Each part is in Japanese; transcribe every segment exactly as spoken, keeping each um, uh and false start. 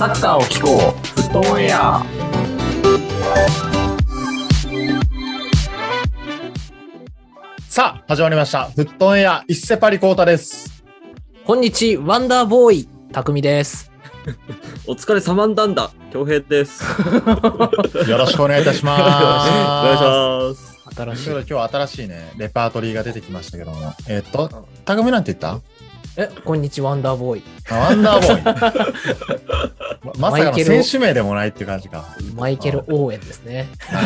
サッカーを聞こうフットオンエア。 さあ始まりましたフットオンエア。一世パリコータです。 こんにちは、ワンダーボーイたくみです。 お疲れ様なんだ、恭平です。 よろしくお願いいたします。 お願いします。 新しい。 今日は新しいねレパートリーが出てきましたけども、えー、っとたくみなんて言った？ え、こんにちはワンダーボーイ。 あ、ワンダーボーイ。ま, まさかの選手名でもないっていう感じか。 マイケル・オーエンですね。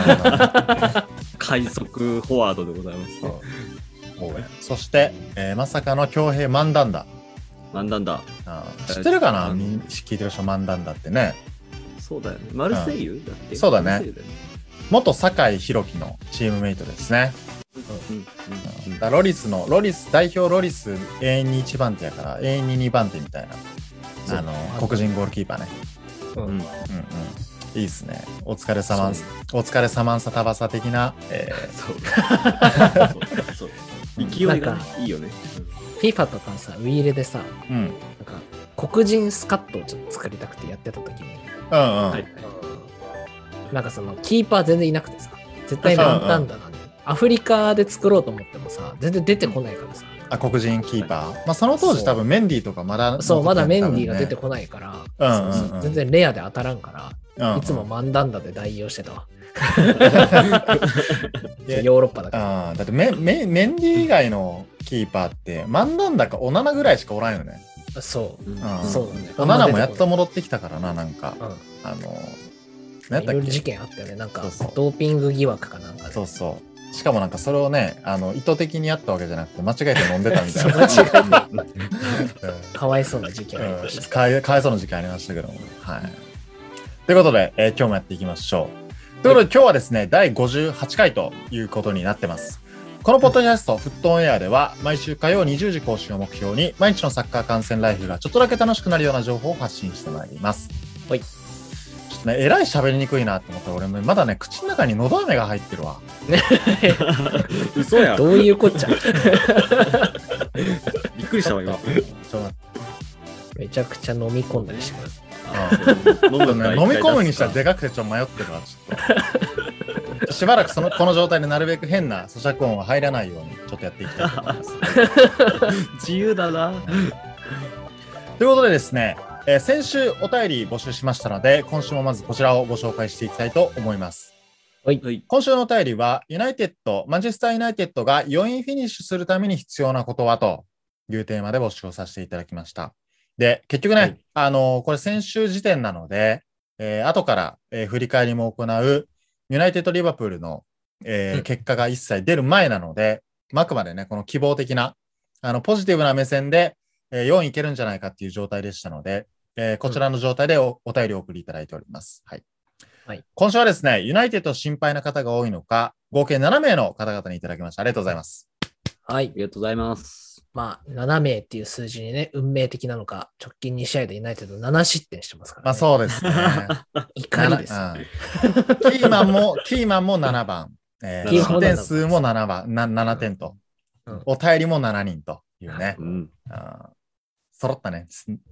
快速フォワードでございます、ね。 オーエン。そして、えー、まさかの恭平マンダンダ。 マンダンダ。 あ、知ってるかな、みん聞いてる人マンダンダってね。そうだよね。 マルセイユ、うん、だって。 そうだね。元酒井宏樹のチームメイトですね。うんうんうん、だロリスのロリス代表ロリス永遠にいちばん手やから永遠ににばん手みたいなあの黒人ゴールキーパーね。うんうんうん、いいっすね。お疲れ様お疲れ様んさたばさ的な、えー、そうそうそう勢いがいいよね。 フィファ とかさウィーレでさ、うん、なんか黒人スカットをちょっと作りたくてやってた時に、うんうん、はい、なんかそのキーパー全然いなくてさ絶対満タンだな、ね。アフリカで作ろうと思ってもさ全然出てこないからさ。あ、 黒人キーパー。まあその当時多分メンディーとかまだ、 ね、そうまだメンディーが出てこないから、うんうんうん、全然レアで当たらんから、うんうん、いつもマンダンダで代用してたわ。ヨーロッパだから。 あ、だってメメメンディー以外のキーパーってマンダンダかオナナぐらいしかおらんよね。 そう、うん、そうだね。 オナナもやっと戻ってきたからな、なんか、うん、あの何やったっけ、いろいろ事件あったよね。なんかそうそうドーピング疑惑かなんかで。 そうそう。しかもなんかそれをね、あの意図的にやったわけじゃなくて間違えて飲んでたみたいな。間違えて。かわいそうな事件ありました、 うん、かわい。かわいそうな事件ありましたけども。はい。ということで、えー、今日もやっていきましょう。ということで、今日はですね、だいごじゅうはちかいということになってます。このポッドキャスト、フットオンエアでは、毎週火曜にじゅうじ更新を目標に、毎日のサッカー観戦ライフがちょっとだけ楽しくなるような情報を発信してまいります。 はい。 ね、えらい喋りにくいなって思ったら俺もまだね口の中にのど飴が入ってるわ。 嘘や。 どういうこっちゃ。 びっくりしたわ今。 めちゃくちゃ飲み込んだりしてください。 飲むね、飲み込むにしたらでかくてちょっと迷ってるわ。ちょっとしばらくそのこの状態でなるべく変な咀嚼音は入らないようにちょっとやっていきたいと思います。 自由だな。 ということでですね、えー、先週お便り募集しましたので今週もまずこちらをご紹介していきたいと思います。はい、今週のお便りはユナイテッドマンチェスターユナイテッドがよんいフィニッシュするために必要なことはというテーマで募集をさせていただきました。で結局ね、はい、あのー、これ先週時点なので、えー、後から、えー、振り返りも行うユナイテッドリバプールの、えーうん、結果が一切出る前なのであくまでねこの希望的なあのポジティブな目線で、えー、よんいいけるんじゃないかっていう状態でしたのでえー、こちらの状態で お,、うん、お便りをお送りいただいております。はいはい、今週はですね、ユナイテッド心配な方が多いのか、合計ななめいの方々にいただきました。ありがとうございます。 はい、 ありがとうございます。 まあ、ななめいっていう数字にね、運命的なのか、直近に試合でユナイテッドななしってんしてますからね。 まあそうですね。 怒りです、ねうん。キーマンも、キーマンもななばん、えー、失点数もななばん、ななてんと、うん、お便りもしちにんというね。うんあ揃ったね。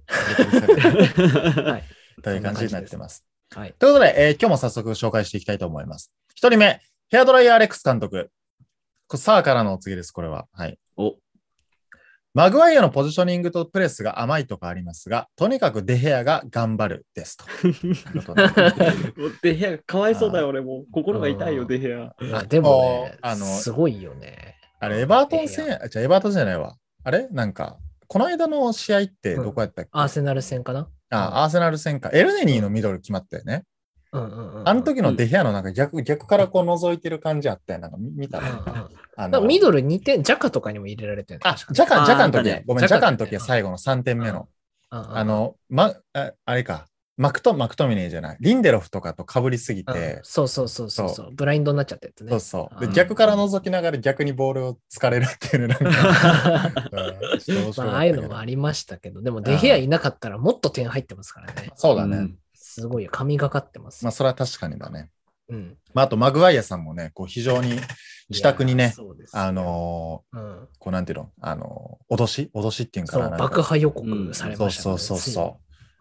はい、という感じになってます。はい、ということで、えー、今日も早速紹介していきたいと思います。一人目、ヘアドライヤーレックス監督。さあからのお次です、これは。はい。おマグワイアのポジショニングとプレスが甘いとかありますが、とにかくデヘアが頑張るですと。 デヘアかわいそうだよ、俺も。心が痛いよ、デヘア。 あでも、ね、あのすごいよね。 あれ、エバートン戦、じゃエバートンじゃないわ。あれなんか、この間の試合ってどこやったっけ、うん、 アーセナル戦かなあ、アーセナル戦か。エルネニーのミドル決まったよね。うんうんうんうん、あの時のデヘアのなんか 逆, 逆からこう覗いてる感じあったよ。なんか見たの、うんうん、 あのミドルにてん、ジャカとかにも入れられてる。 あ、ジャカ、ジャカの時は、ごめん、ジャカの時は最後のさんてんめの。うんうんうん、あの、ま、あ、あれか。マクト、マクトミネーじゃない。リンデロフとかと被りすぎて、うん。 そうそうそうそうそう。ブラインドになっちゃったやつね。 そうそう。で、逆から覗きながら逆にボールを突かれるっていうね、なんか。 まあ、ああいうのもありましたけど、でもデヘアいなかったらもっと点入ってますからね。 そうだね。うん、 すごいよ。神がかってます。 まあ、それは確かにだね。うん。まあ、あと、マグワイアさんもね、こう、非常に自宅にね、あのー、うん、こう、なんていうの、あのー、脅し脅しっていうかな。 そう、爆破予告されましたね。 そうそうそうそう。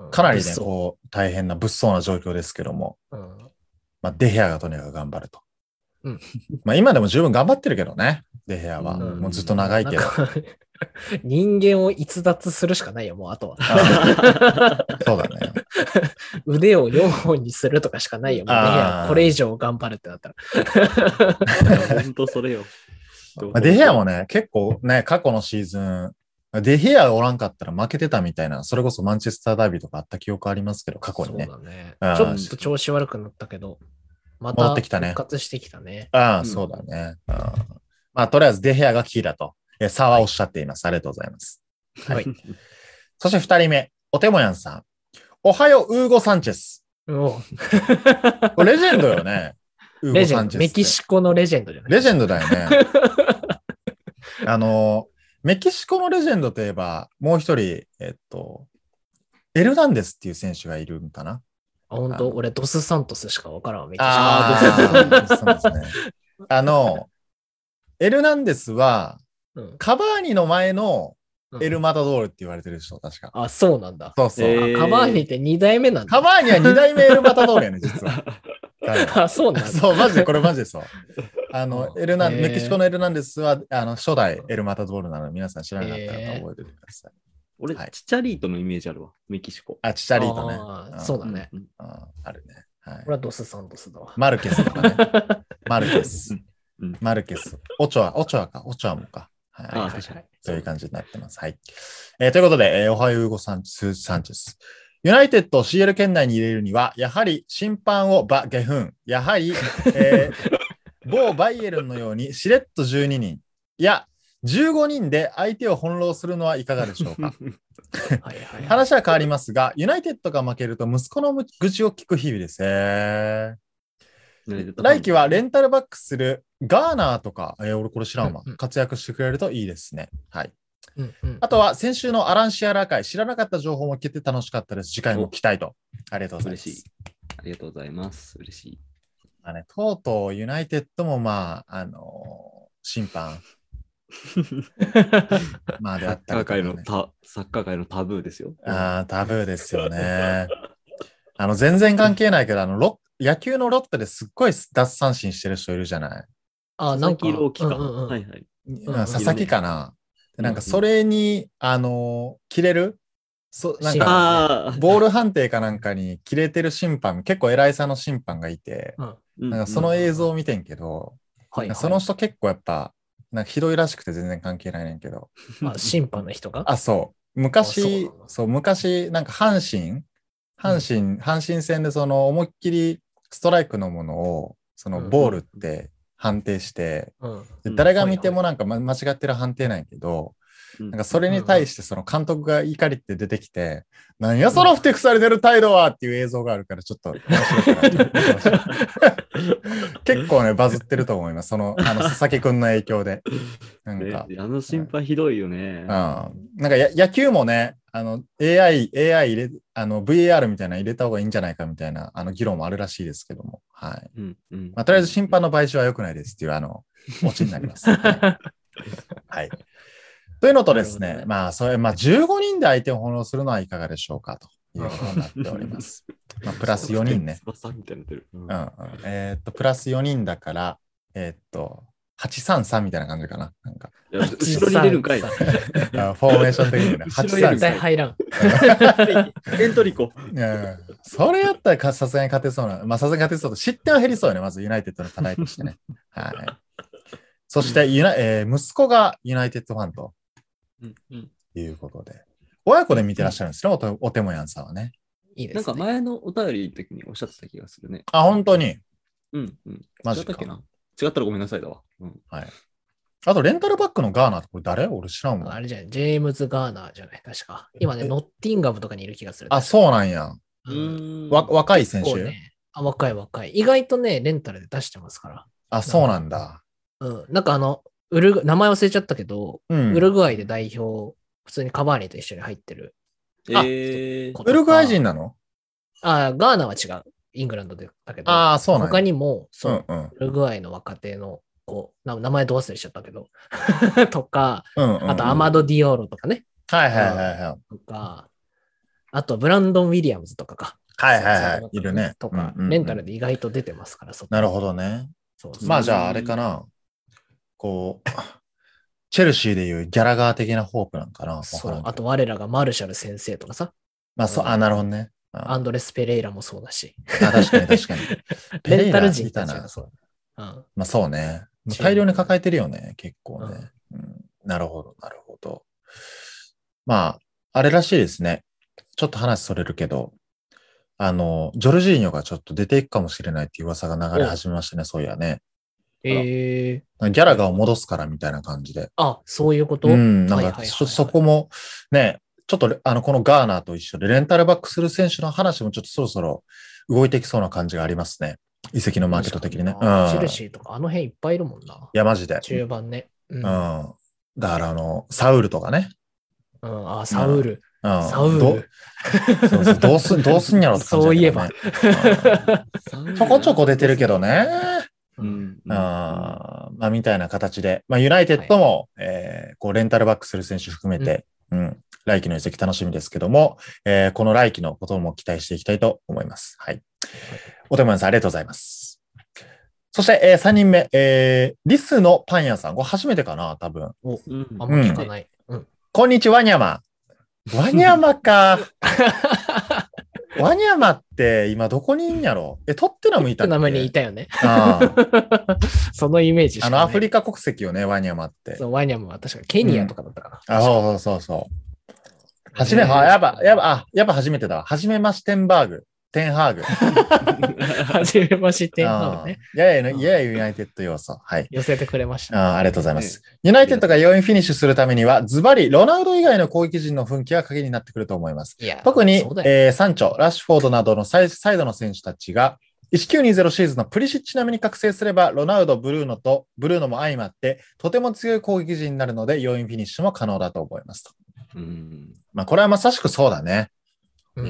かなりね、こう、大変な物騒な状況ですけども、うん、まあ、デヘアがとにかく頑張ると。うん、まあ今でも十分頑張ってるけどね、デヘアは。うん、もうずっと長いけど。 人間を逸脱するしかないよ、もうあとは。 そうだね。 腕をよんほんにするとかしかないよ、もうデヘアこれ以上頑張るってなったら。本当それよ。 まあ、デヘアもね、結構ね、過去のシーズン、デヘアがおらんかったら負けてたみたいな、それこそマンチェスターダービーとかあった記憶ありますけど、過去にね。 そうだね。うん、ちょっと調子悪くなったけど、また復活してきたね。 ああ、うん、そうだね。うん、まあ、とりあえずデヘアがキーだと、え差はおっしゃっています。はい、ありがとうございます。はい。そして二人目、おてもやんさん。おはよう、ウーゴ・サンチェス。おこれレジェンドよね。 ウーゴ・サンチェス。メキシコのレジェンドじゃないレジェンドだよね。あの、メキシコのレジェンドといえば、もう一人、えっと、エルナンデスっていう選手がいるんかな。 あ、本当俺、ドス・サントスしかわからん。メキシコ。 ああ、ドス・サントスね。あの、エルナンデスは、うん、カバーニの前のエルマタドールって言われてるでしょ、確か。 あ、そうなんだ。 そうそう。 えー、カバーニってに代目なんだ。 カバーニはに代目エルマタドールやね、実は。 あ、そうなんだ。 そう、マジで、これマジでそう。あの、エルナン、メキシコのエルナンデスは、あの、初代エルマタドールなので、皆さん知らなかったら覚えておいてください。 俺、はい、チチャリートのイメージあるわ、メキシコ。 あ、チチャリートね。 あそうだね、 うんあ。あるね。はい。 俺はドス・サントスだわ。 マルケスとかね。マルケス。マルケス。オチョア、オチョアか、オチョアもか。はい。はいはい、そういう感じになってます。はい。えー、ということで、えー、おはようごサンチェス。ユナイテッドを シーエル 圏内に入れるには、やはり審判をバゲフン、やはり、えー、某バイエルンのようにしれっとじゅうににん、いや、じゅうごにんで相手を翻弄するのはいかがでしょうか。話は変わりますが、ユナイテッドが負けると息子の愚痴を聞く日々です。えー、来季はレンタルバックするガーナーとか、えー、俺これ知らんわ、活躍してくれるといいですね。はい。うんうん、あとは先週のアランシアラ会、知らなかった情報も聞けて楽しかったです。次回も期待と。ありがとうございます。 嬉しい。ありがとうございます。嬉しい。 まあね、とうとうユナイテッドもまあ、あのー、審判。 まあであったり、ね、サッカー界のタ、サッカー界のタブーですよ。 ああ、タブーですよね。あの、全然関係ないけど、あの、ロ野球のロッテですっごい奪三振してる人いるじゃない。 あ、なんか、 佐々木朗希か。うんうん、はいはい。 佐々木かな。なんかそれに、あの、切れるそなんか、ボール判定かなんかに切れてる審判、結構偉いさの審判がいて、うん、なんかその映像を見てんけど、うん、その人結構やっぱ、なんかひどいらしくて全然関係ないねんけど。 あ、審判の人があ、そう。昔、そう、そう、昔、なんか阪神、阪神、うん、阪神戦でその思いっきりストライクのものを、そのボールって判定して、うん、で誰が見てもなんか間違ってる判定なんやけど、なんかそれに対してその監督が怒りって出てきて、なんやそのふてくされてる態度はっていう映像があるからちょっと面白くなって結構ねバズってると思います。そのあの佐々木くんの影響で。なんか、 あの心配ひどいよね。 うん。なんかや野球もね、あの エーアイ、エーアイ 入れ、あの ブイエーアール みたいなの入れた方がいいんじゃないかみたいなあの議論もあるらしいですけども。はい。うんうんまあ、とりあえず審判の賠償は良くないですっていうあの、オチになります。はい。はいというのとですね、ねまあ、それ、まあ、じゅうごにんで相手を翻弄するのはいかがでしょうかということになっております。まあ、プラスよにんね。うんうん、えー、っと、プラスよにんだから、えー、っと、はちさんさんみたいな感じかな。なんか後ろに入れるんかい。フォーメーション的にね。 はちさんさん。入らん。 エントリコ。 それやったらさすがに勝てそうな。まあ、さすがに勝てそうと、失点は減りそうよね。まずユナイテッドの課題としてね。はい。そしてユナ、えー、息子がユナイテッドファンと。うんうん、いうことで。親子で見てらっしゃるんですよ、うん、お, おてもやんさんはね。 いいですね。なんか前のお便りの時におっしゃってた気がするね。 あ、本当にうんうん。マジか。違ったっけな違ったらごめんなさいだわ。うん、 はい。あと、レンタルバックのガーナーってこれ誰俺知らんもん。 あれじゃない、ジェームズ・ガーナーじゃない、確か。今ね、ノッティンガムとかにいる気がする。 あ、そうなんや。うん、わ若い選手、 ね、あ、若い若い。意外とね、レンタルで出してますから。 あ、そうなんだ。 うん。なんかあの、ウルグ、名前忘れちゃったけど、うん、ウルグアイで代表、普通にカバーニと一緒に入ってる。 えー、ウルグアイ人なの？ あ、ガーナは違う。イングランドでだけど、 あ、そうなん他にも、そう、うんうん、ウルグアイの若手の子、名前ど忘れしちゃったけど、とか、うんうんうん、あとアマド・ディオーロとかね。 はいはいはいはい。 とか、 あと、ブランドン・ウィリアムズとかか。 はいはいはい。いるね。 とか、レンタルで意外と出てますから、 なるほどね。まあじゃああれかな。こう、チェルシーでいうギャラガー的なホープなんかな。 そう。あと、我らがマルシャル先生とかさ。 まあそう、あ、なるほどね。 アンドレス・ペレイラもそうだし。 あ、確かに確かに。 レンタル人たちがそう。 まあそうね。大量に抱えてるよね、結構ね。うん、なるほど、なるほど。まあ、あれらしいですね。ちょっと話それるけど、あの、ジョルジーニョがちょっと出ていくかもしれないっていう噂が流れ始めましたね、そういやね。 えー、ギャラガーを戻すからみたいな感じで。 あ、そういうこと？ うん、なんか、そこもね、ちょっとあの、このガーナーと一緒でレンタルバックする選手の話もちょっとそろそろ動いてきそうな感じがありますね。移籍のマーケット的にね。 うん、チェルシーとかあの辺いっぱいいるもんな。 いや、マジで。 中盤ね。 うん。うん、だからあの、サウルとかね。 うん、あ、サウル。 うん、 サウル。 そうそう、どうすん、どうすんやろって感じだけどね。そういえば。ちょこちょこ出てるけどね。うん。あまあ、みたいな形で、まあ、ユナイテッドも、はい、えー、こう、レンタルバックする選手含めて、うん、うん、来季の移籍楽しみですけども、えー、この来季のことも期待していきたいと思います。はい。お手間さん、ありがとうございます。そして、えー、さんにんめ、えー、リスのパン屋さん。これ初めてかな、多分。 お、うん、あんま聞かない。うん。 こんにちは、ワニャマ。ワニャマか。ワニャマって今どこにいんやろ？え、トッテナムいたっけ？ トッテナムにいたよね。 ああそのイメージしかない。 あのアフリカ国籍よね、ワニャマって。 そう、ワニャマは確かケニアとかだったかな。 うん、あ、そうそうそうそう。はじめ、は、やば、やば、あ、やば初めてだわ。はじめましテンバーグ。テンハーグ。 はじめましテンハーグね。 やや、ややユナイテッド要素。はい。 寄せてくれました。 あ, ありがとうございます。ユナイテッドがよんいフィニッシュするためには、ズバリ、ロナウド以外の攻撃陣の奮起が鍵になってくると思います。特に、えー、サンチョ、ラッシュフォードなどのサイ、サイドの選手たちが、いちきゅうにゼロシーズンのプリシッチ並みに覚醒すれば、ロナウド、ブルーノと、ブルーノも相まって、とても強い攻撃陣になるので、よんいフィニッシュも可能だと思いますと。うん、まあ、これはまさしくそうだね。うん。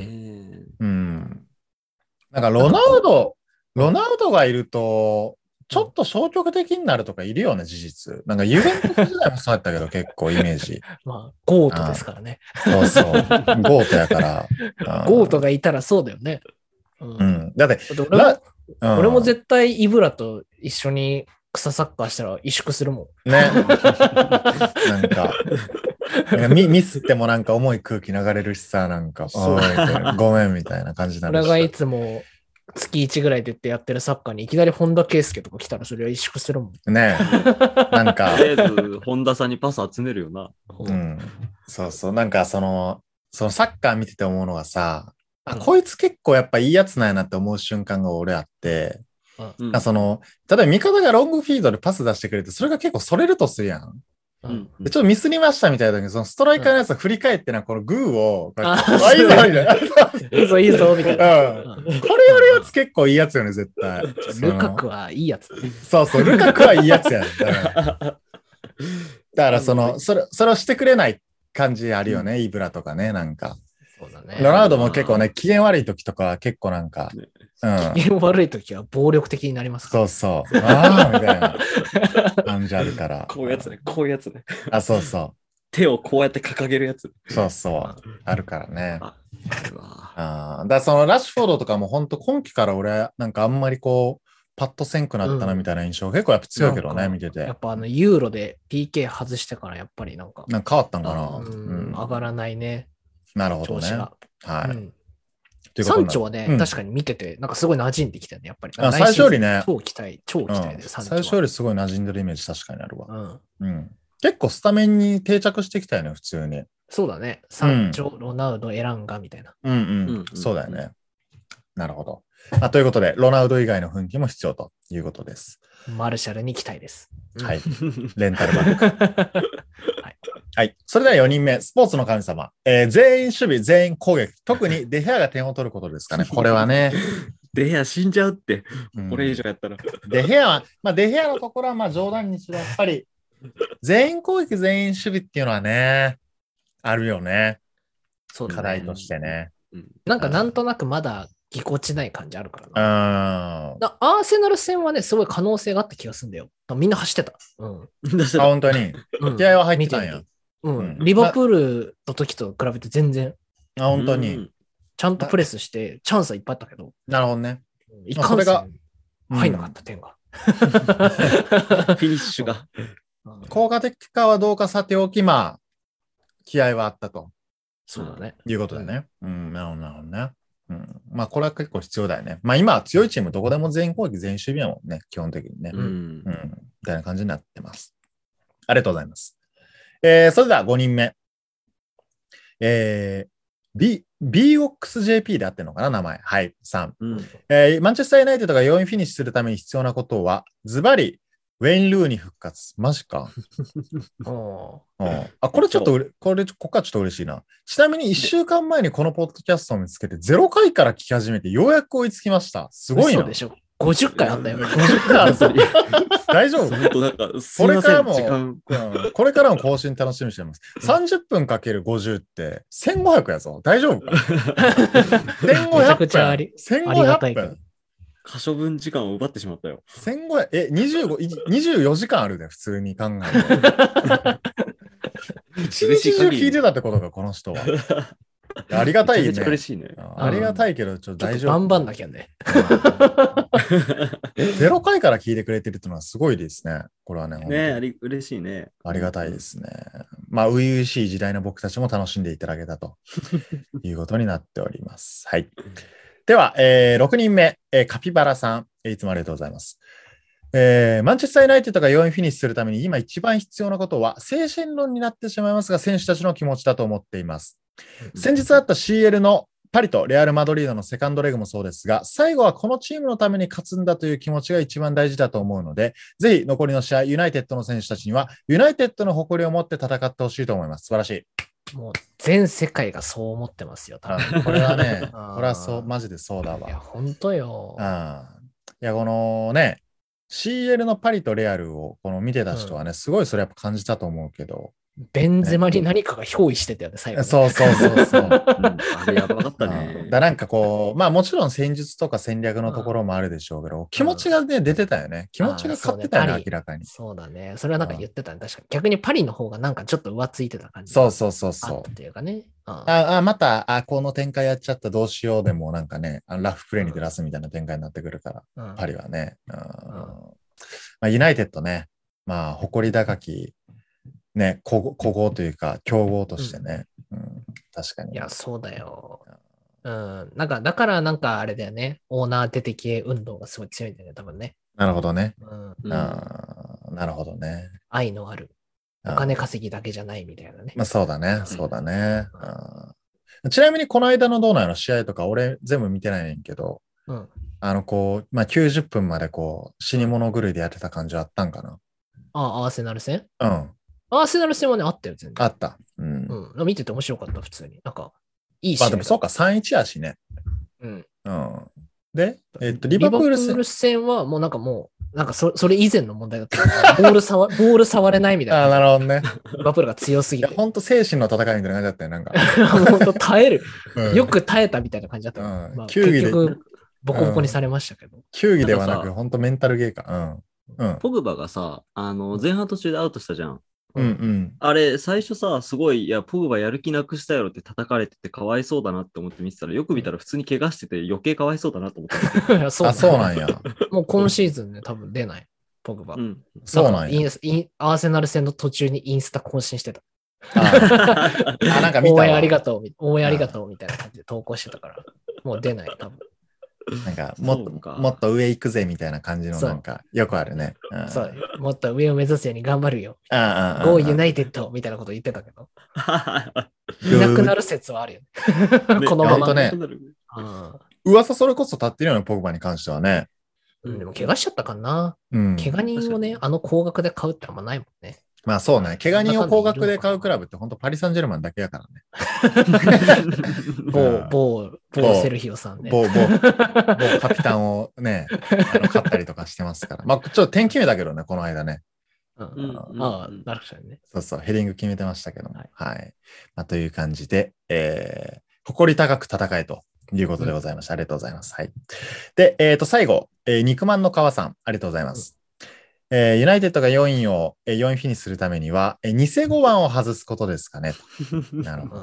うんなんかロナウド、ロナウドがいると、ちょっと消極的になるとかいるよね、事実。なんかユベントス時代もそうやったけど、結構イメージ。 まあ、ゴートですからね。 そうそう。ゴートやから。 ゴートがいたらそうだよね。 うん。うん、だって、 俺も、うん、俺も絶対イブラと一緒に草サッカーしたら萎縮するもん。 ね。なんか。ミ, ミスってもなんか重い空気流れるしさ、なんか、ごめんみたいな感じになるし。 俺がいつも月いちぐらいでってやってるサッカーにいきなり本田圭佑とか来たらそれは萎縮するもん。 ねえ。なんか。 とりあえず本田さんにパス集めるよな。 うん。そうそう。なんかその、そのサッカー見てて思うのがさ、あ、こいつ結構やっぱいいやつなんやなって思う瞬間が俺あって、うん、その、例えば味方がロングフィードでパス出してくれて、それが結構それるとするやん。うん、でちょっとミスりましたみたいな時に、そのストライカーのやつが振り返ってな、このグーを、あ、いいぞみたいな。 いいぞいいぞみたいな。 うん。これやるやつ結構いいやつよね、絶対。 ルカクはいいやつ。 そうそう、ルカクはいいやつやね。だからその、それ、それをしてくれない感じあるよね、うん、イブラとかね、なんか。そうだね。ロナウドも結構ね、機嫌悪い時とかは結構なんか、 うん、機嫌悪い時は暴力的になりますから、 ね。そうそう。ああ、みたいな感じあるから。 こういうやつね、こういうやつね。 あ、そうそう。 手をこうやって掲げるやつ。 そうそう。あるからね。ああだからそのラッシュフォードとかも本当今季から俺、なんかあんまりこう、パッとせんくなったなみたいな印象、うん、結構やっぱ強いけどね、見てて。 やっぱあのユーロで ピーケー 外してからやっぱりなんか。 なんか変わったんかな。 うん、上がらないね。 なるほどね。はい。うんサンチョはね、うん、確かに見てて、なんかすごい馴染んできたね、やっぱり。 あ最初よりね。 超期待、超期待で、うん、 サンチョは。最初よりすごい馴染んでるイメージ確かにあるわ。うんうん、結構スタメンに定着してきたよね、普通に。 そうだね。サンチョ、うん、ロナウド、エランガみたいな。 うんうん。うんうん、そうだよね。なるほど。あ。ということで、ロナウド以外の奮起も必要ということです。 マルシャルに期待です。 はい。レンタルバック。はい。それではよにんめ、スポーツの神様。えー、全員守備、全員攻撃。特にデヘアが点を取ることですかね。これはね。 デヘア死んじゃうって。これ以上やったら。 うん、デヘアは、まあデヘアのところはまあ冗談にしろ、やっぱり、全員攻撃、全員守備っていうのはね、あるよね。そうだね。課題としてね。 なんかなんとなくまだぎこちない感じあるからな。だアーセナル戦はね、すごい可能性があった気がするんだよ。みんな走ってた。うん。 あ、本当に。気合は入ってたんや。 うん。リバプールの時と比べて全然。 あ、本当に。 ちゃんとプレスして、チャンスはいっぱいあったけど。 なるほどね。 いかんせん入んなかった点が。 フィニッシュが。 効果的かはどうかさておき、まあ、気合はあったと。 そうだね。 いうことだね。うん、なるほど、なるほどね。うん。まあ、これは結構必要だよね。まあ、今は強いチーム、どこでも全員攻撃、全員守備やもんね、基本的にね。うん。うん。みたいな感じになってます。ありがとうございます。えー、それではごにんめ。えー、B、ビーオーエックスジェーピー であってるのかな、名前。はい、さん。うんえー、マンチェスター・ユナイテッドがよんいフィニッシュするために必要なことは、ズバリ、ウェイン・ルーに復活。マジか。あ、これちょっと、これ、ここからちょっと嬉しいな。ちなみにいっしゅうかんまえにこのポッドキャストを見つけて、ゼロかいから聞き始めて、ようやく追いつきました。すごいな。 そうでしょ。ごじゅっかいあんだよ。ごじゅっかいあったり。大丈夫本当なんか、 これからも、うん、これからも更新楽しみにしてます。さんじゅっぷんかけるごじゅうってせんごひゃくやぞ。大丈夫かせんごひゃくめちゃくちゃあり、 せんごひゃく分。 可処分時間を奪ってしまったよ。 せんごひゃく、え、にじゅうご、にじゅうよじかんあるで、普通に考えて。一日中聞いてたってことか、この人は。ありがたいね。 めちゃめちゃ嬉しいね。 ありがたいけど、ちょっと大丈夫。 頑張んなきゃね。 ゼロかいから聞いてくれてるっていうのはすごいですね。これはね。 ねあり、嬉しいね。 ありがたいですね。まあ、初々しい時代の僕たちも楽しんでいただけたということになっております。はい。では、えー、ろくにんめ、えー、カピバラさん、えー、いつもありがとうございます。えー、マンチェスター・ユナイテッドがよんいフィニッシュするために今一番必要なことは精神論になってしまいますが、選手たちの気持ちだと思っています。先日あった シーエル のパリとレアル・マドリードのセカンドレグもそうですが、最後はこのチームのために勝つんだという気持ちが一番大事だと思うので、ぜひ残りの試合、ユナイテッドの選手たちにはユナイテッドの誇りを持って戦ってほしいと思います。素晴らしい。 もう全世界がそう思ってますよ。 多分これはね、これはそう、マジでそうだわ。 いや、本当よ。 あいや、このね、シーエル のパリとレアルをこの見てた人はね、うん、すごいそれやっぱ感じたと思うけど。 ベンゼマに何かが憑依してたよね、最後、ね。 そうそうそうそう。うん、 あれやばかったね。 だなんかこう、まあもちろん戦術とか戦略のところもあるでしょうけど、うん、気持ちがね、出てたよね。気持ちが勝ってたよね、ね明らかに。 そうだね。それはなんか言ってたね。確かに。逆にパリの方がなんかちょっと浮ついてた感じ。 そうそうそうそう。 あったっていうかね。 ああ、また、あ、この展開やっちゃった、どうしようでもなんかね、ラフプレーに出すみたいな展開になってくるから、うん、パリはね。うんまあ、ユナイテッドね、まあ、誇り高き、ね、古豪というか、強豪としてね、うんうん、確かに。 いや、そうだよ。うん。なんか、だからなんかあれだよね、オーナー出てけ運動がすごい強いんだよね、多分ね。 なるほどね。 うん、 あなるほどね。 愛のある。お金稼ぎだけじゃないみたいなね。 まあ、そうだね、そうだね。うん、ちなみに、この間のどうなの試合とか、俺全部見てないねんけど、うん、あの、こう、まあ、きゅうじゅっぷんまでこう、死に物狂いでやってた感じはあったんかな。 ああ、アーセナル戦うん。 アーセナル戦はね、あったよ、全然。 あった。うん。 うん、見てて面白かった、普通に。なんか、いい試合。 まあでもそうか、さんいちやしね。 うん。 うん。で、えっと、リバプール戦。 リバプール戦はもうなんかもう、なんかそそれ以前の問題だった。ボール触、ボール触れないみたいな。 ああ、なるほどね。 リバプールが強すぎて。いや、 ほんと精神の戦いみたいな感じだったよ、なんか。 ほんと耐える、うん。よく耐えたみたいな感じだった。うんまあ、球技で。結局、ボコボコにされましたけど。うん、 球技ではなく、ほんとメンタルゲーか。うん。うん。 ポグバがさ、あの、前半途中でアウトしたじゃん。 うんうん、 あれ、最初さ、すごい、いや、ポグバやる気なくしたやろって叩かれててかわいそうだなって思って見てたら、よく見たら普通に怪我してて余計かわいそうだなと思って。 そうあ、そうなんや。 もう今シーズンね、多分出ない、ポグバ。うん、 そうなんや。 インイン。アーセナル戦の途中にインスタ更新してた。 ああ、なんか見たわ。 応援ありがとう、応援ありがとうみたいな感じで投稿してたから、もう出ない、多分。 なんかもっと、もっと上行くぜみたいな感じのなんかよくあるね。 うん、そう、もっと上を目指すように頑張るよ。 ああ、 Go United みたいなこと言ってたけど。いなくなる説はあるよね。ねこのまま。 ね、噂それこそ立ってるよね、ポグバに関してはね。 うん、でも怪我しちゃったかな。うん、怪我人をね、あの高額で買うってあんまないもんね。 まあそうね。怪我人を高額で買うクラブって本当パリ・サンジェルマンだけやからね。 某、某、某セルヒオさんね。 某、某、某カピタンをね、あの買ったりとかしてますから。まあちょっと点決めたけどね、この間ね。 うん、ああ、なるほどね。 そうそう、ヘディング決めてましたけども。はい。はい、まあ、という感じで、えー、誇り高く戦えということでございました。うん、ありがとうございます。はい。で、えっ、ー、と、最後、えー、肉まんの川さん、ありがとうございます。うんえー、ユナイテッドがよんいを、えー、よんいフィニッシュするためには、えー、偽ごばんを外すことですかね。なるほど。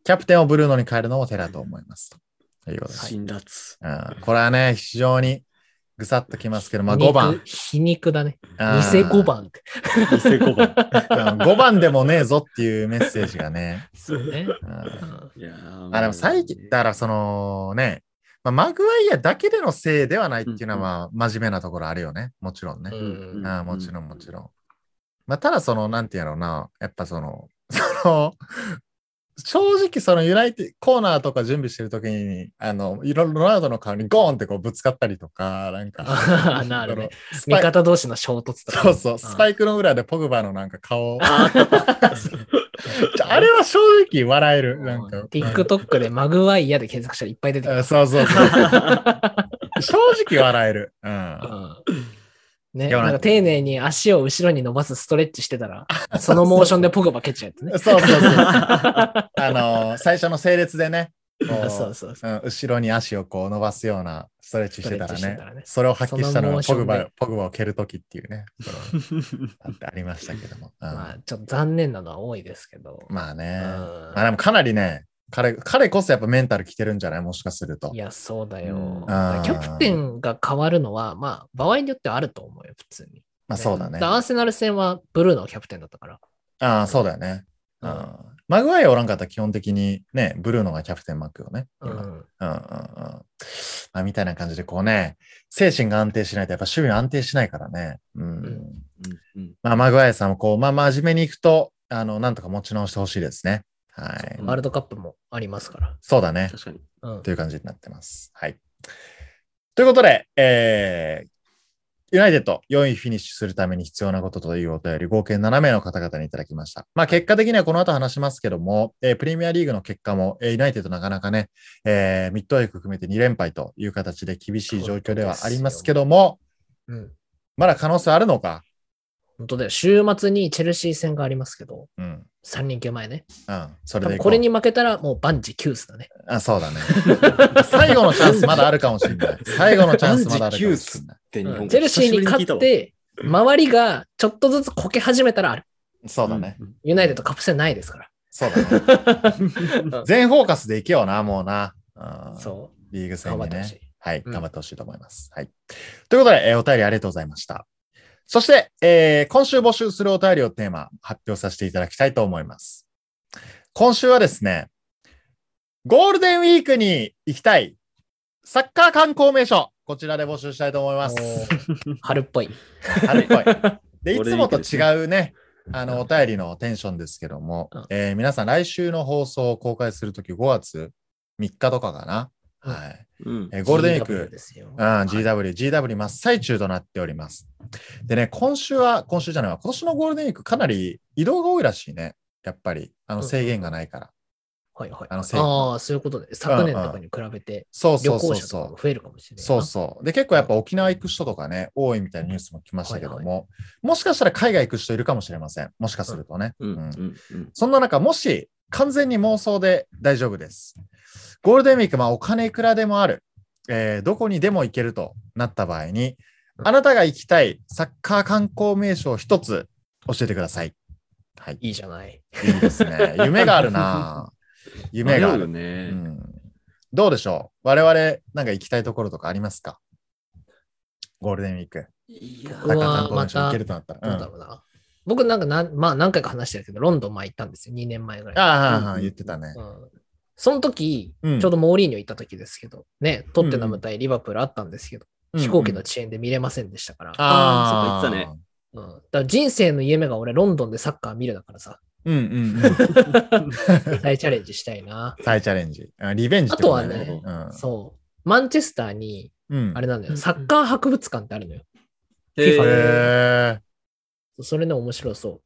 キャプテンをブルーノに変えるのも手だと思います。ということで。 辛辣。 うん、これはね、非常にぐさっときますけど、まあごばん。 皮肉だね。偽ごばん。 偽ごばん。 ごばんでもねえぞっていうメッセージがね。 そうね。 うん、いやあでも最近、だからそのね、まあ、マグワイアだけでのせいではないっていうのは、まあ、真面目なところあるよね。もちろんね。うん、あもちろん、もちろん。まあ、ただ、その、なんていうのな、やっぱその、その、正直、そのユナイテッド、コーナーとか準備してるときに、あの、いろいろロナウドの顔にゴーンってこうぶつかったりとか、なんか、 なるね。味方同士の衝突とか。 そうそう、スパイクの裏でポグバのなんか顔。ああれは正直笑える。なんか。 TikTok でマグワイアで検索したらいっぱい出てくる。 そうそうそう。正直笑える。うん。うんね、なんか丁寧に足を後ろに伸ばすストレッチしてたら、そのモーションでポグバ蹴っちゃうやつね。 そうそうそう。あのー、最初の整列でね、 そうそうそう、 うん、後ろに足をこう伸ばすようなストレッチしてたらね、らねそれを発揮したのはポグバ、ポグバを蹴るときっていうね、あってありましたけども。うん、 まあ、ちょっと残念なのは多いですけど。 まあね。まあでもかなりね、彼、彼こそやっぱメンタル来てるんじゃないもしかすると。 いや、そうだよ。だキャプテンが変わるのは、まあ、場合によってはあると思うよ、普通に。 まあそうだね。 アーセナル戦はブルーのキャプテンだったから。 ああ、そうだよね。うん、マグワイアおらんかったら基本的にね、ブルーノがキャプテンマークよね。今。うんうんうん。まあ、みたいな感じでこうね、精神が安定しないとやっぱ守備は安定しないからね。うん。うんうん、まあ、マグワイアさんもこう、まあ真面目にいくと、あの、なんとか持ち直してほしいですね。はい。 ワールドカップもありますから。 そうだね。 確かに。 うん、という感じになってます。はい。ということで、えー、ユナイテッドよんいフィニッシュするために必要なことというお便り、合計ななめいの方々にいただきました。まあ結果的にはこの後話しますけども、えー、プレミアリーグの結果も、えー、ユナイテッドなかなかね、えー、ミッドウェイク含めてにれんぱいという形で厳しい状況ではありますけども、うん、まだ可能性あるのか。 本当だよ。週末にチェルシー戦がありますけど、うん、さんにんきゅう前ね。 うん、それでこれに負けたらもう万事休すだね。 あ、そうだね。最後のチャンスまだあるかもしれない。最後のチャンスまだあるかもしれない。 うん、チェルシーに勝って、周りがちょっとずつこけ始めたらある。 そうだね。 ユナイテッドカップ戦ないですから。 そうだね。全フォーカスでいけよな、もうな。うん、そう。リーグ戦にね。はい、頑張ってほしいと思います。うん、はい。ということで、えー、お便りありがとうございました。そして、えー、今週募集するお便りをテーマ発表させていただきたいと思います。今週はですね、ゴールデンウィークに行きたいサッカー観光名所、こちらで募集したいと思います。 春っぽい。 春っぽい。で、いつもと違うね、あの、お便りのテンションですけども、うん、えー、皆さん来週の放送を公開するときごがつみっかとかかな。はい、うんえー。ゴールデンウィーク、 ですようん、ジーダブリュー、ジーダブリュー 真っ最中となっております。でね、今週は、今週じゃないわ、今年のゴールデンウィークかなり移動が多いらしいね。やっぱり、あの制限がないから。 うん、はいはい。あ, あ、そういうことで、昨年とかに比べて、旅行者とかも増えるかもしれない。 そうそう。で、結構やっぱ沖縄行く人とかね、多いみたいなニュースも来ましたけども、はいはい、もしかしたら海外行く人いるかもしれません。もしかするとね。うんうんうんうん、そんな中、もし完全に妄想で大丈夫です。ゴールデンウィーク、まあお金いくらでもある。えー、どこにでも行けるとなった場合に、あなたが行きたいサッカー観光名所を一つ教えてください。はい。 いいじゃない。 いいですね。夢があるな夢がある。 ね、 うん。どうでしょう我々、なんか行きたいところとかありますかゴールデンウィーク。 いやサッカー観光名所行けるとなったら。どうだろうな。うん、僕なんかな、まあ何回か話してるけど、ロンドン前行ったんですよ。にねんまえぐらい。 ああ、うんうん、言ってたね。 うんその時、うん、ちょうどモーリーニョ行った時ですけど、ね、トッテナム対リバプールあったんですけど、うんうん、飛行機の遅延で見れませんでしたから。 ああ、そっか言ってたね。うん、だから人生の夢が俺、ロンドンでサッカー見るだからさ。 うんうんうん。 再チャレンジしたいな。 再チャレンジ。あリベンジってことだね。あとはね、うん、そう。マンチェスターに、あれなんだよ、うん、サッカー博物館ってあるのよ。 へー。それね、面白そう。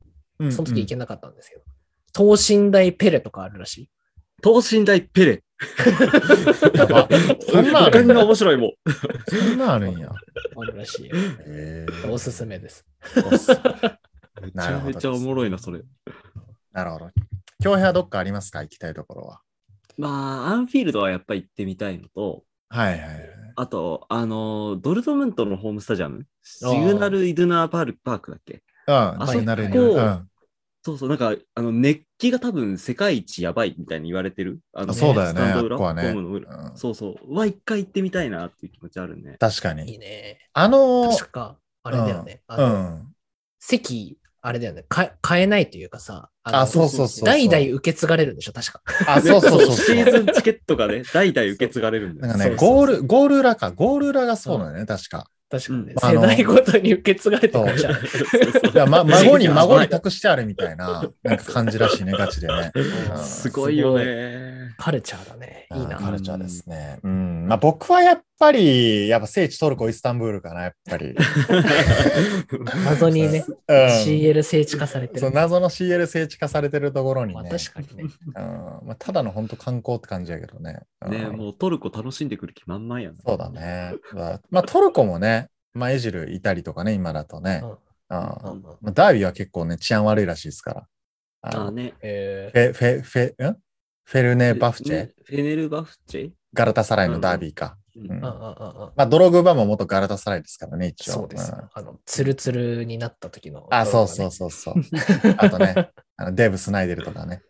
その時行けなかったんですけど。等身大ペレとかあるらしい。 等身大ペレ。 やば。そんなあるんが面白いもん。 そんなあるんや。 あるらしいよ。おすすめです。 めちゃめちゃおもろいな、それ。 なるほど。京平はどっかありますか行きたいところは。 まあ、アンフィールドはやっぱり行ってみたいのと、 はいはいはい。 あと、あの、ドルトムントのホームスタジアム、シグナル・イドゥナーパークだっけうん、 あそこ、 うんそうそう、なんか、あの、熱気が多分世界一やばいみたいに言われてる。あの、 そうだよね。 スタンド裏、 ここはね、 ホームの裏、うん。そうそう。は一回行ってみたいなっていう気持ちあるね。 確かに。 いいね。 あのー、 確か、あれだよね。 うん、 あの、 うん、 席、あれだよね。か買えないというかさ、 あ、そうそうそう。 代々受け継がれるんでしょ、確か。 あ、そうそうそう。 シーズンチケットがね、代々受け継がれるんだよ。 なんかね、ゴール、ゴール裏か、ゴール裏がそうなんだよね、確か。 確かにね、うん、世代ごとに受け継がれてるじゃん。いや、ま、孫に、孫に託してあるみたいな、なんか感じらしいね、ガチでね。 うん、すごいよね。 カルチャーだね。いいな。 カルチャーですね。うん。まあ、僕はやっぱり、やっぱ聖地トルコ、イスタンブールかな、やっぱり。 謎にね、うん、シーエル 聖地化されてる。 そう、謎の シーエル 聖地化されてるところにね。 まあ、確かにね。 うんまあ、ただの本当観光って感じやけどね。 うん、ねもうトルコ楽しんでくる気満々やな。 そうだね。まあ、トルコもね、まあ、エジルいたりとかね、今だとね。うんうんうん、ダービーは結構ね、治安悪いらしいですから。 ああね。 えー、フェ、フェ、フェ、んフェルネバフチェフェネルバフチェガラタサライのダービーか。 うんうん、 まあ、ドログバも元ガラタサライですからね、一応。 そうです。うん、あの、ツルツルになった時の、ね。 あ、そうそうそうそう。あとね、あのデーブ・スナイデルとかね。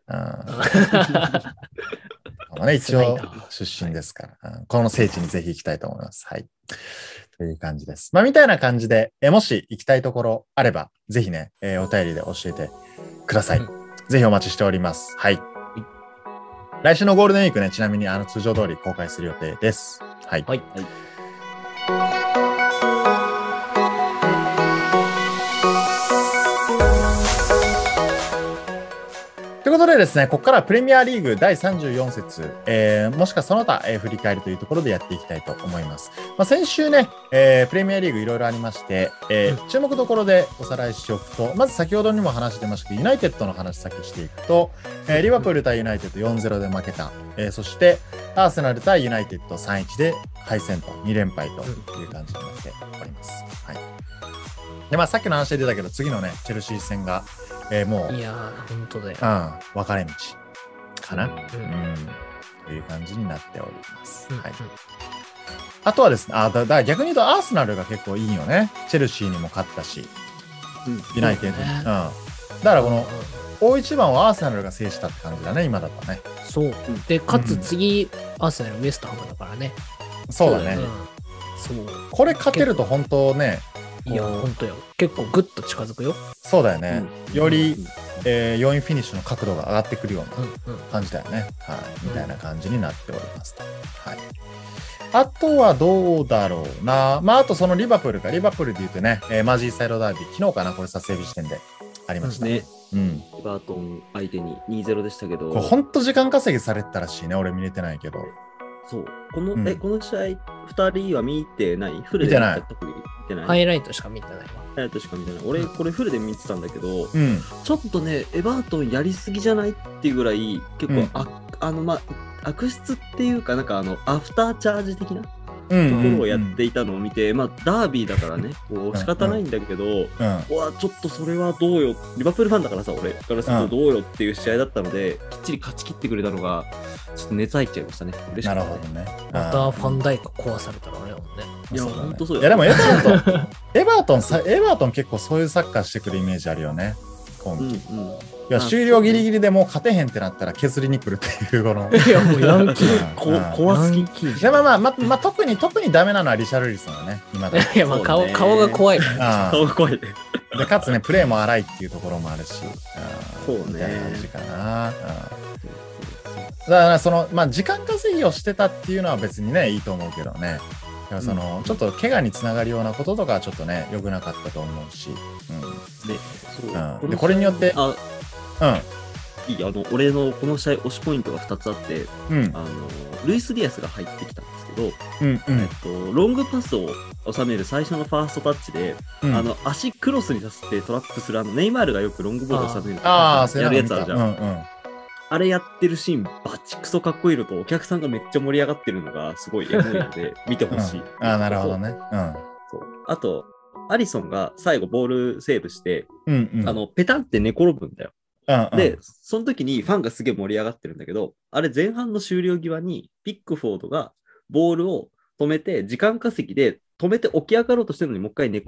うんね、一応出身ですから、はい、この聖地にぜひ行きたいと思います。はい。という感じです。まあ、みたいな感じで、えもし行きたいところあれば、ぜひね、えー、お便りで教えてください。うん、ぜひお待ちしております。はい。来週のゴールデンウィークね、ちなみにあの通常通り公開する予定です。はい。はい。はいということでですね、ここからプレミアリーグだいさんじゅうよん節、えー、もしくはその他、えー、振り返りというところでやっていきたいと思います。まあ、先週ね、えー、プレミアリーグいろいろありまして、えー、注目どころでおさらいしておくと、まず先ほどにも話してましたけど、ユナイテッドの話先していくと、えー、リバプール対ユナイテッド よんたいゼロ で負けた、えー、そしてアーセナル対ユナイテッド さんたいいち で敗戦とに連敗という感じになっております。はい。で、まあさっきの話で出たけど、次のね、チェルシー戦が、えー、もう、いやー、本当だよ。 うん、分かれ道かな、うん、うん、という感じになっております。うん、はい。あとはですね、あだだ逆に言うとアーセナルが結構いいよね。チェルシーにも勝ったし、うん、ユナイテッドに。うん。だからこの、大一番はアーセナルが制したって感じだね、今だとね。 そう。で、かつ次、うん、アーセナルウエストハムだからね。 そうだね。 そう。そうこれ勝てると本当ね、 いや、本当よ。結構グッと近づくよ。 そうだよね。うん、より、うんえー、よんいフィニッシュの角度が上がってくるような感じだよね。うんうん、はい。みたいな感じになっておりますと。はい。あとはどうだろうな。まあ、あとそのリバプールか。リバプールで言うとね、えー、マージーサイドダービー、昨日かな、これ撮影日時点でありましたね。うん。 エバートン相手に にたいゼロ でしたけど。 これほんと時間稼ぎされてたらしいね。俺見れてないけど。 そう。この、うん、え、この試合、ふたりは見てないフルで見てない。 見てないハイライトしか見てないわ。 ハイライトしか見てない。俺、これフルで見てたんだけど、うん、ちょっとね、エバートンやりすぎじゃないっていうぐらい、結構、うん、あ、あの、まあ、悪質っていうか、なんかあの、アフターチャージ的なところをやっていたのを見て、うんうんうん、まあ、ダービーだからね、こう仕方ないんだけど、うんうん、うわ、ちょっとそれはどうよ、リバプールファンだからさ、俺からするとどうよっていう試合だったので、きっちり勝ち切ってくれたのが、ちょっと熱入っちゃいましたね。嬉しかった、ね。 なるほどね。 またファンダイク壊されたらあれだもんね。 いや、ほんとそうよ。 いや、でもエバートン、エバートンさ、エバートン結構そういうサッカーしてくるイメージあるよね、今季。うんうん、いや、終了ギリギリでもう勝てへんってなったら削りに来るっていう、この。 いや、もうヤンキー。怖すぎ。 でもまあ、まあ、まあ、特に、特にダメなのはリシャルリソンはね、今だ。 いや、まあ、顔、顔が怖い。 顔が怖い。 で、かつね、プレーも荒いっていうところもあるし。 そうね。 みたいな感じかな。だからその、まあ、時間稼ぎをしてたっていうのは別にね、いいと思うけどね。だからその、うん、ちょっと怪我につながるようなこととかはちょっとね、良くなかったと思うし。うん、 で、 そう、うん、で、これによって、 あ、うん。いい、あの、俺のこの試合推しポイントがふたつあって、うん、あの、ルイス・ディアスが入ってきたんですけど、うんうん、えっと、ロングパスを収める最初のファーストタッチで、うん、あの、足クロスにさせてトラップする、あの、ネイマールがよくロングボールを収めるあやるやつあるじゃん。 うんうんあれやってるシーン、バチクソかっこいいのと、お客さんがめっちゃ盛り上がってるのがすごいエモいので、見てほしい、うん。 ああ、なるほどね。うん。 そう。あと、アリソンが最後ボールセーブして、 うんうん、 あの、ペタンって寝転ぶんだよ。 うんうん、 で、その時にファンがすげえ盛り上がってるんだけど、あれ前半の終了際に、ピックフォードがボールを止めて、時間稼ぎで止めて起き上がろうとしてるのにもう一回寝転ぶっ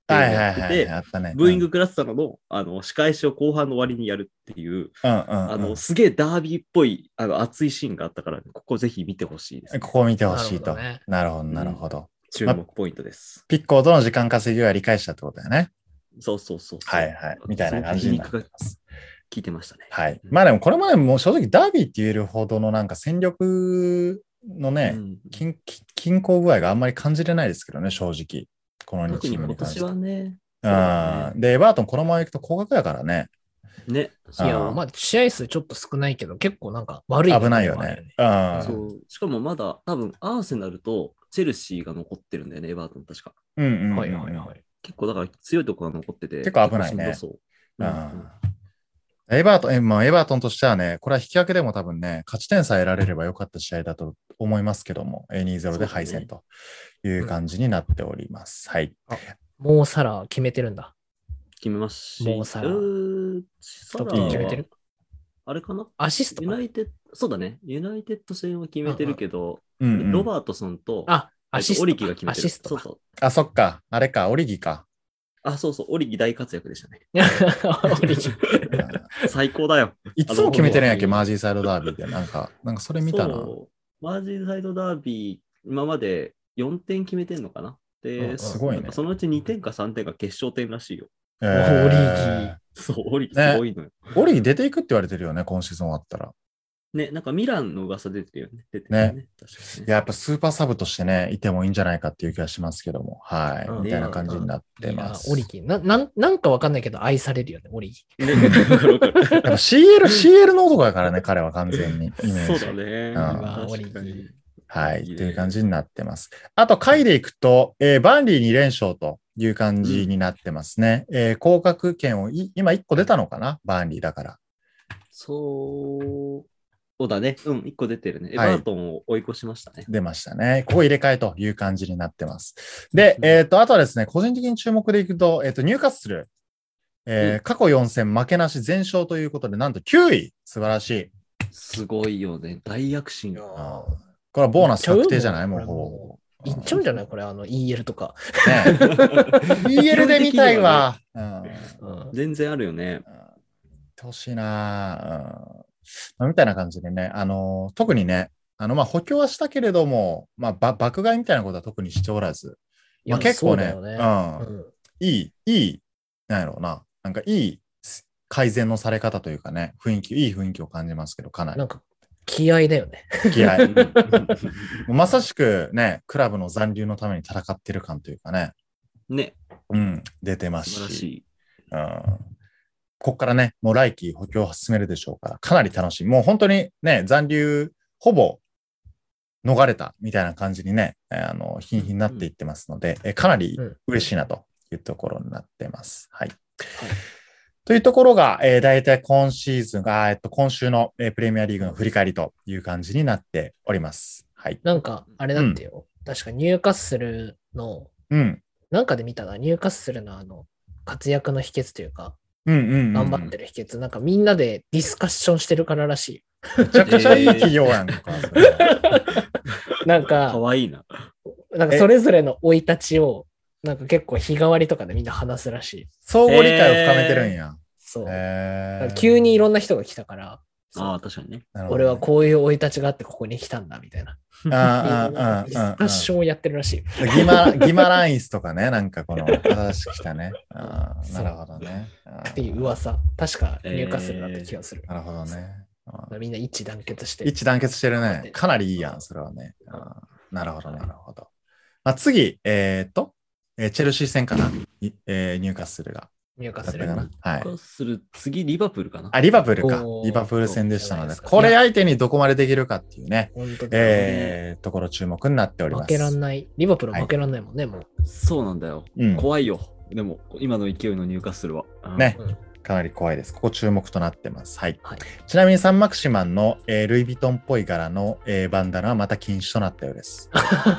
っていうのをやってて、ブーイングクラスターのあの仕返しを後半の終わりにやるっていう、うんうんうん、あのすげえダービーっぽいあの熱いシーンがあったから、ここぜひ見てほしいです、ね。 ここ見てほしいと。なるほど、なるほど。 注目ポイントです。 ま、ピッコーとの時間稼ぎをやり返したってことだよね。 そうそうそうそう。 はいはい。みたいな感じになってます。 聞いてましたね。 はい。まあでもこれまでも正直ダービーって言えるほどのなんか戦力のね、うん、均, 均衡具合があんまり感じれないですけどね、正直。このにチームに関して。 特に今年はね。 あねで、エバートンこのまま行くと高額やからね。 ね。 いや、まあ試合数ちょっと少ないけど、結構なんか悪い、 ね。危ないよね。あそう。しかもまだ多分アーセナルとチェルシーが残ってるんだよね、エバートン確か。 うんうんうん、 はいはいはい。 結構だから強いところが残ってて。 結構危ないね。 そう。 うんうんエバートン、えまあ、エバートンとしてはね、これは引き分けでも多分ね、勝ち点さえ得られればよかった試合だと思いますけども、にたいゼロ で敗戦という感じになっております。ね、はい。 もうサラ決めてるんだ。 決めますし。 もうサラ。 サラ決めてるあれかなアシストユナイテッド、そうだね。ユナイテッド戦は決めてるけど、 うんうん、 ロバートソンと、 あ、アシスト。 オリギが決めてる。 アシスト。 そうそう。 あ、そっか。あれか、オリギか。 あ、そうそう、オリギ大活躍でしたね。 オリギ最高だよ。 いつも決めてるんやっけ、マージーサイドダービーで。なんか、なんかそれ見たな。 マージーサイドダービー、今までよんてん決めてんのかなで、 うん、すごいね。 そのうちにてんかさんてんが決勝点らしいよ。 えー、 オリギ。 そう、オリギすごいのよ、ね。 オリギ出ていくって言われてるよね、今シーズン終わったら。 ね、なんかミランの噂出てるよね。出てるね。 ね確かにね。いや、やっぱスーパーサブとしてね、いてもいいんじゃないかっていう気がしますけども、はい。うん、みたいな感じになってます。 オリギな、なん、なんかわかんないけど愛されるよね、オリギ。 やっぱ シーエル、シーエル の男だからね、彼は完全に。イメージそうだね。 うんまあ、オリギ。 はい。っていう感じになってます。あと、下位でいくと、えー、バンリーに連勝という感じになってますね。うん、えー、降格圏をい今いっこ出たのかなバンリーだから。 そう。そうだね。うん、いっこ出てるね。エバートンを追い越しましたね。 出ましたね。ここ入れ替えという感じになってます。で、えっ、ー、と、あとはですね、個人的に注目でいくと、えっ、ー、と、ニューカッスル、えーうん、過去よん戦負けなし全勝ということで、なんときゅうい。素晴らしい。 すごいよね。大躍進。 これはボーナス確定じゃないもうほぼ。いっちゃうんじゃないこれ、あの イーエル とか。 ね、イーエル で見たいわ、ねうんうん。全然あるよね。 うん、てほしいな、うん、みたいな感じでね、あのー、特にね、あのまあ補強はしたけれども、まあ、ば爆買いみたいなことは特にしておらず、まあ、結構ね、ねうん、うん、いい、いい、なんやろうな、なんかいい改善のされ方というかね、雰囲気、いい雰囲気を感じますけど、かなり。 なんか気合だよね。 気合。まさしくね、クラブの残留のために戦ってる感というかね。 ね。 うん、出てますし。 素晴らしい。 うん。こっからね、もう来季補強を進めるでしょうから、かなり楽しい。もう本当にね、残留、ほぼ逃れたみたいな感じにね、あの、品々になっていってますので、うん、かなり嬉しいなというところになってます。はい。はい、というところが、えー、大体今シーズンが、えっと、今週の、えー、プレミアリーグの振り返りという感じになっております。はい。 なんか、あれだってよ。うん、確かニューカッスルの、 うん。 なんかで見たな、ニューカッスルのあの、活躍の秘訣というか、 うんうんうんうん、 頑張ってる秘訣、なんかみんなでディスカッションしてるかららしい。 めちゃくちゃいい企業やんか。 なんか、 かわいいな。 なんかそれぞれの生い立ちを、なんか結構日替わりとかでみんな話すらしい。 相互理解を深めてるんや。 そう。急にいろんな人が来たから、 ああ、確かにね。 俺はこういう生い立ちがあってここに来たんだみたいな。 ああ、 ディスカッションをやってるらしい。 ギマ、ギマラインスとかね、なんかこの新しく来たね。あなるほどね。 っていう噂。確か入荷するなって気がする。 なるほどね。 みんな一致団結して。 一致団結してるね。かなりいいやん、それはね。なるほど、なるほど。まあ、次、えー、っと、チェルシー戦かな、えー、入荷するが。 入荷するかな。はい。 する次、リバプールかな。 あ、リバプールか。リバプール戦でしたので、これ相手にどこまでできるかっていうね、えー、ところ注目になっております。 負けらんない。リバプール負けらんないもんね、はい、もう。 そうなんだよ。うん、怖いよ。でも、今の勢いの入荷するは。 ね。うん、かなり怖いです。ここ注目となってます。はい。はい、ちなみにサンマクシマンの、えー、ルイ・ヴィトンっぽい柄の、えー、バンダナはまた禁止となったようです。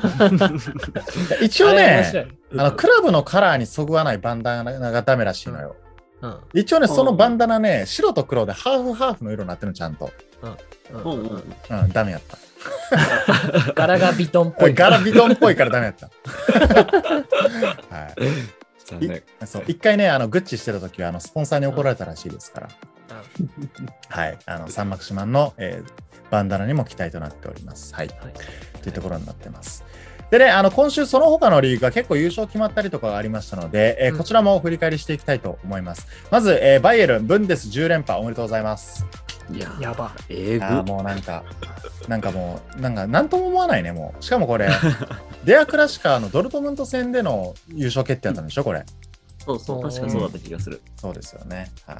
一応ね、あのクラブのカラーにそぐわないバンダナがダメらしいのよ。うんうん、一応ね、そのバンダナね、白と黒でハーフハーフの色になってるの、ちゃんと。うんうんうんうん、ダメやった。 柄がヴィトンっぽい。 柄ヴィトンっぽいからダメやった。はい。 たね。 そう、一回ね、あの、グッチしてた時は、あの、スポンサーに怒られたらしいですから。はい。あの、サンマクシマンの、えー、バンダナにも期待となっております。はい。はい、というところになってます。でね、あの、今週その他のリーグが結構優勝決まったりとかがありましたので、えーうん、こちらも振り返りしていきたいと思います。まず、えー、バイエルン、ブンデスじゅう連覇おめでとうございます。 いや、やば。 えー、もうなんか、なんかもう、なんか、なんとも思わないね、もう。しかもこれ、デアクラシカーのドルトムント戦での優勝決定だったんでしょ、これ。 そうそう、確かにそうだった気がする。 そうですよね。はい。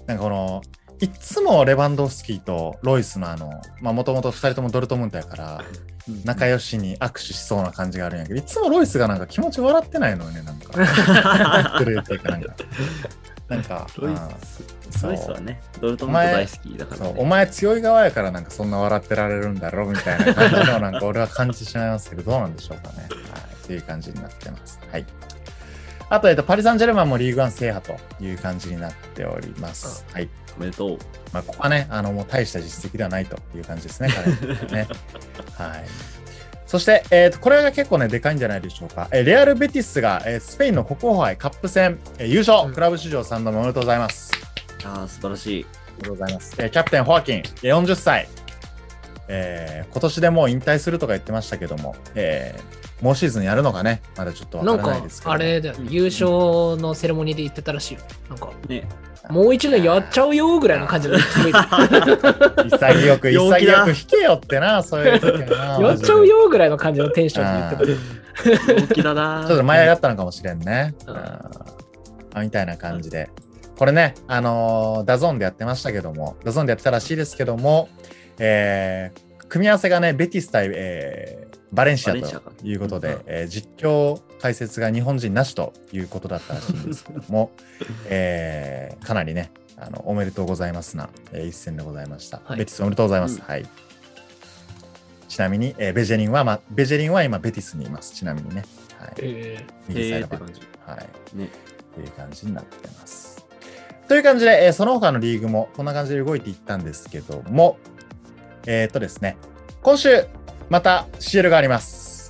なんかこの、いつもレバンドフスキーとロイスのあの、まあもともとふたりともドルトムントやから、仲良しに握手しそうな感じがあるんやけど、いつもロイスがなんか気持ち笑ってないのよね、なんか。くれっていうかなんか。なんか、 ロイス、ロイスはね、ドルトムント大好きだから、ね、 そう、お前強い側やからなんかそんな笑ってられるんだろうみたいな感じのなんか俺は感じてしまいますけど、どうなんでしょうかね。はい、っていう感じになってます。はい。あと、えっと、パリ・サンジェルマンもリーグワン制覇という感じになっております。はい。 おめでとう。 まあ、ここはね、あの、もう大した実績ではないという感じですね、彼ね。はい。そして、えーと、これが結構ね、でかいんじゃないでしょうか。えー、レアル・ベティスが、えー、スペインの国王杯カップ戦、えー、優勝、うん、クラブ史上さんどめおめでとうございます。 ああ、素晴らしい。 おめでとうございます。えー、キャプテン、ホアキン、よんじゅっさい。えー、今年でもう引退するとか言ってましたけども、えー、もうシーズンやるのかね、まだちょっとわからないですけど。 なんか、あれだよ、優勝のセレモニーで言ってたらしいよ。なんか、ね。もう一年やっちゃうよぐらいの感じで潔く潔く引けよってな、そういう時はなやっちゃうよぐらいの感じのテンションで言ってた。陽気だな。 ちょっと前だったのかもしれんね。うん、あみたいな感じで、これね、あのー、ダゾーンでやってましたけども、ダゾーンでやってたらしいですけども、えー、組み合わせがね、ベティス対、えー、バレンシアということで、えー、実況解説が日本人なしということだったらしいんですけども、えー、かなりね、あのおめでとうございますな、えー、一戦でございました。はい、ベティスおめでとうございます。うん、はい。ちなみに、えー、ベジェリンは、まあ、ベジェリンは今ベティスにいます。ちなみにね。はい。えー、右サイドバック、えー、はい。ね。という感じになってます。という感じで、えー、その他のリーグもこんな感じで動いていったんですけども、えー、っとですね、今週また シーエル があります。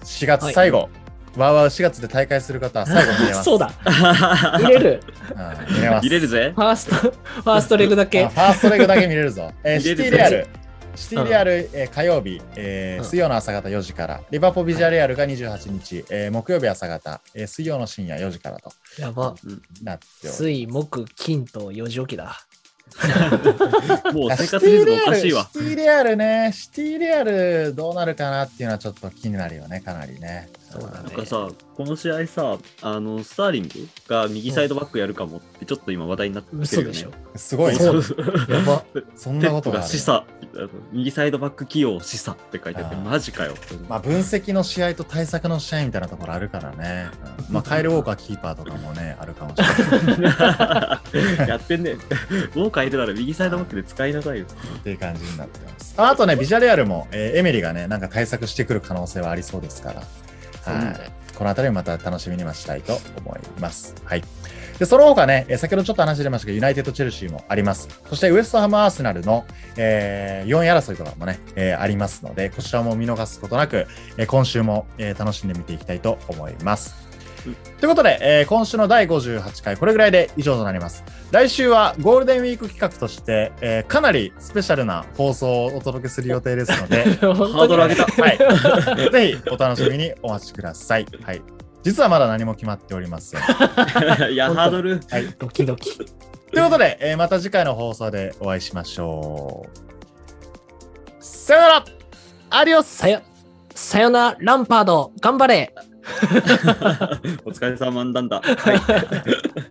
しがつ最後。はい、わーわーしがつで大会する方は最後に見れます。 そうだ。見れる。 見れます。 見れるぜ。 ファースト、ファーストレグだけ。 ファーストレグだけ見れるぞ。えー、シティレアル。シティレアル、えー、火曜日、えー、水曜の朝方よじから。リバポビジャレアルがにじゅうはちにち、えー、木曜日朝方、えー、水曜の深夜よじからと。 やば。 なっております。 水、木、金とよじ起きだ。 もう生活リズムおかしいわ。 シティレアルね、シティレアルどうなるかなっていうのはちょっと気になるよね、かなりね。 そうだね。なんかさ、この試合さ、あのスターリングが右サイドバックやるかもってちょっと今話題になってるよね。 嘘でしょ。 すごいね。 やば。 そんなことがある。 示唆、右サイドバック起用示唆って書いてあって、マジかよ。 まあ分析の試合と対策の試合みたいなところあるからね。まあカイル・ウォーカーキーパーとかもね、あるかもしれない。 やってんね。ウォーカーいるなら右サイドバックで使いなさいよ。 っていう感じになってます。あとね、ビジャレアルも、えー、エメリがね、なんか対策してくる可能性はありそうですから。はい、このあたりもまた楽しみにはしたいと思います。はい。で、その他ね、先ほどちょっと話出ましたけど、ユナイテッド・チェルシーもあります。そしてウエストハム・アーセナルの、えー、よんい争いとかもね、えー、ありますので、こちらも見逃すことなく、えー、今週も、えー、楽しんで見ていきたいと思います。うん、ということで、えー、今週のだいごじゅうはちかい、これぐらいで以上となります。来週はゴールデンウィーク企画として、えー、かなりスペシャルな放送をお届けする予定ですので、 ハードル上げた。 はい。ぜひお楽しみにお待ちください。はい。実はまだ何も決まっておりません。 いや、ハードル。 はい。ドキドキ。ということで、えー、また次回の放送でお会いしましょう。さよなら。アディオス。 さよ、さよなら、ランパード。頑張れ。 お疲れ様なんだ。はい。